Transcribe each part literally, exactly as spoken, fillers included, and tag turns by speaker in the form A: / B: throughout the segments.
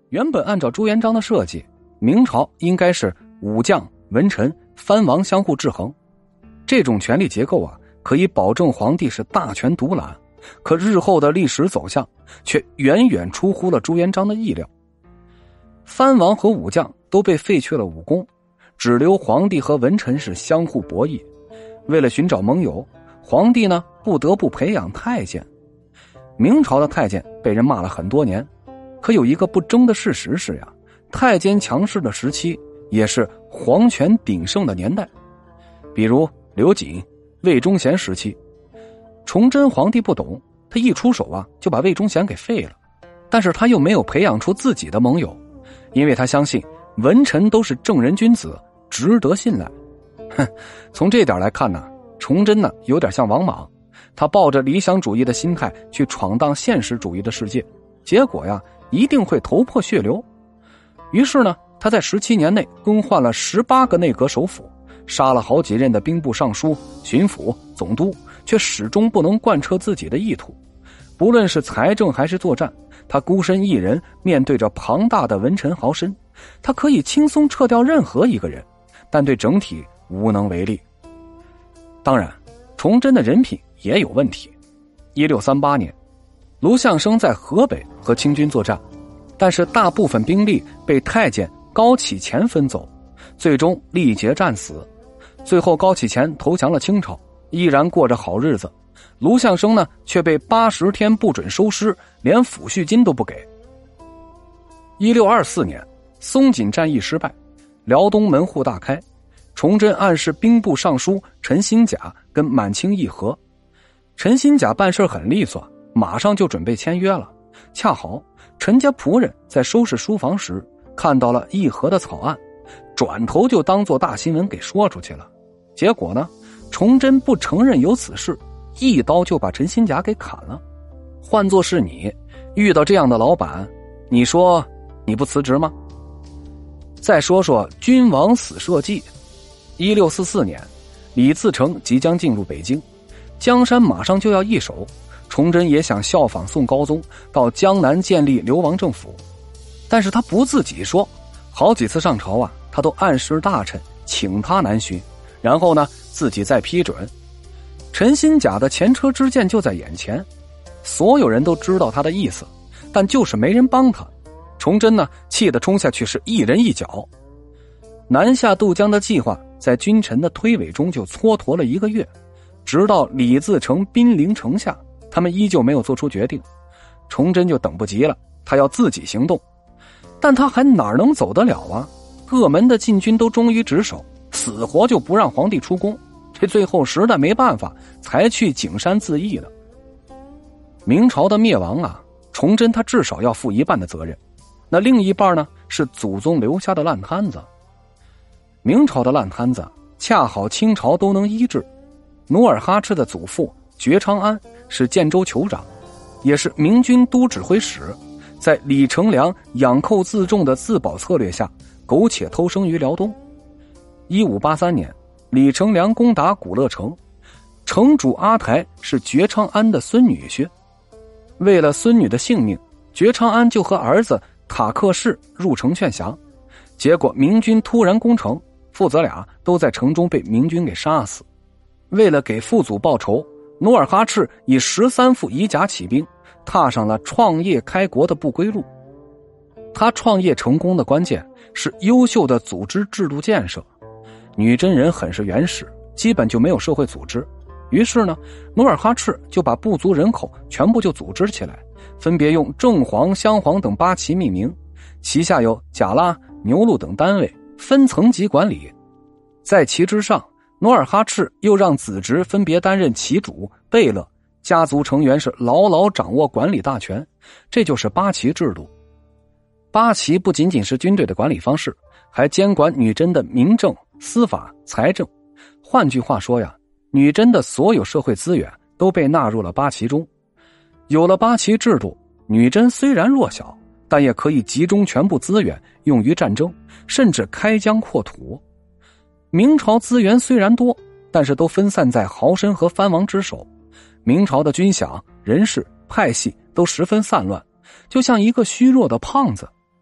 A: 原本按照朱元璋的设计，明朝应该是武将、文臣、藩王相互制衡，这种权力结构啊，可以保证皇帝是大权独揽。可日后的历史走向却远远出乎了朱元璋的意料，藩王和武将都被废去了武功，只留皇帝和文臣是相互博弈。为了寻找盟友，皇帝呢不得不培养太监。明朝的太监被人骂了很多年，可有一个不争的事实是呀，太监强势的时期也是皇权鼎盛的年代。比如刘瑾、魏忠贤时期，崇祯皇帝不懂，他一出手啊就把魏忠贤给废了，但是他又没有培养出自己的盟友，因为他相信文臣都是正人君子，值得信赖。哼，从这点来看呢，崇祯呢有点像王莽，他抱着理想主义的心态去闯荡现实主义的世界，结果呀一定会头破血流。于是呢，他在十七年内更换了十八个内阁首辅，杀了好几任的兵部尚书、巡抚、总督，却始终不能贯彻自己的意图。不论是财政还是作战，他孤身一人面对着庞大的文臣豪绅，他可以轻松撤掉任何一个人，但对整体无能为力。当然，崇祯的人品也有问题。一六三八年，卢象升在河北和清军作战，但是大部分兵力被太监高启乾分走，最终力竭战死。最后高启乾投降了清朝，依然过着好日子。卢象升呢，却被八十天不准收尸，连抚恤金都不给。一六二四年，松锦战役失败，辽东门户大开，崇祯暗示兵部尚书陈新甲跟满清议和。陈新甲办事很利索，马上就准备签约了。恰好陈家仆人在收拾书房时看到了议和的草案，转头就当作大新闻给说出去了。结果呢，崇祯不承认有此事，一刀就把陈新甲给砍了。换作是你遇到这样的老板，你说你不辞职吗？再说说君王死社稷。一六四四年，李自成即将进入北京，江山马上就要易手，崇祯也想效仿宋高宗到江南建立流亡政府，但是他不自己说，好几次上朝啊，他都暗示大臣请他南巡，然后呢自己再批准。陈新甲的前车之鉴就在眼前，所有人都知道他的意思，但就是没人帮他。崇祯呢气得冲下去是一人一脚。南下渡江的计划在君臣的推诿中就蹉跎了一个月，直到李自成兵临城下，他们依旧没有做出决定。崇祯就等不及了，他要自己行动，但他还哪能走得了啊？各门的禁军都忠于职守，死活就不让皇帝出宫，这最后实在没办法，才去景山自缢的。明朝的灭亡啊，崇祯他至少要负一半的责任，那另一半呢是祖宗留下的烂摊子。明朝的烂摊子恰好清朝都能医治。努尔哈赤的祖父觉昌安是建州酋长，也是明军都指挥使，在李成梁养寇自重的自保策略下，苟且偷生于辽东。一五八三年，李成梁攻打古乐城，城主阿台是觉昌安的孙女婿。为了孙女的性命，觉昌安就和儿子塔克士入城劝降，结果明军突然攻城，父子俩都在城中被明军给杀死。为了给父祖报仇，努尔哈赤以十三副夷甲起兵，踏上了创业开国的不归路。他创业成功的关键是优秀的组织制度建设。女真人很是原始，基本就没有社会组织，于是呢，努尔哈赤就把部族人口全部就组织起来，分别用正黄、镶黄等八旗命名，旗下有甲拉、牛录等单位，分层级管理。在旗之上，努尔哈赤又让子侄分别担任旗主、贝勒，家族成员是牢牢掌握管理大权，这就是八旗制度。八旗不仅仅是军队的管理方式，还监管女真的民政、司法、财政。换句话说呀，女真的所有社会资源都被纳入了八旗中。有了八旗制度，女真虽然弱小，但也可以集中全部资源用于战争，甚至开疆扩土。明朝资源虽然多，但是都分散在豪绅和藩王之手，明朝的军饷、人事、派系都十分散乱，就像一个虚弱的胖子，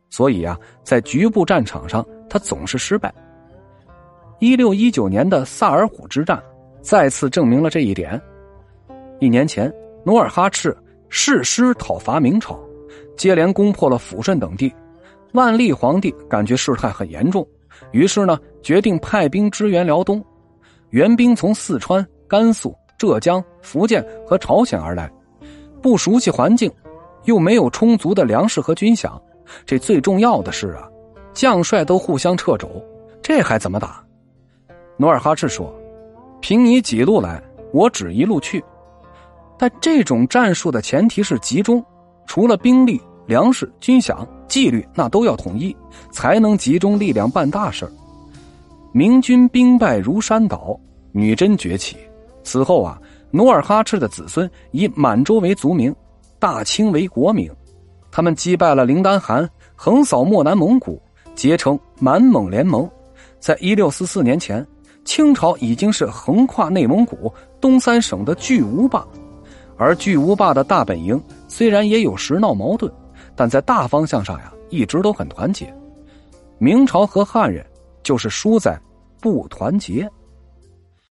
A: 所以啊，在局部战场上他总是失败。一六一九年的萨尔浒之战再次证明了这一点。一年前，努尔哈赤誓师讨伐明朝，接连攻破了抚顺等地。万历皇帝感觉事态很严重，于是呢，决定派兵支援辽东。援兵从四川、甘肃、浙江、福建和朝鲜而来，不熟悉环境，又没有充足的粮食和军饷，这最重要的是啊，将帅都互相掣肘，这还怎么打？努尔哈赤说：“凭你几路来，我只一路去。”但这种战术的前提是集中，除了兵力、粮食、军饷、纪律，那都要统一，才能集中力量办大事。明军兵败如山倒，女真崛起。此后啊，努尔哈赤的子孙以满洲为族名，大清为国名。他们击败了林丹汗，横扫漠南蒙古，结成满蒙联盟。在一六四四年前，清朝已经是横跨内蒙古东三省的巨无霸。而巨无霸的大本营虽然也有时闹矛盾，但在大方向上呀，一直都很团结。明朝和汉人就是输在不团结。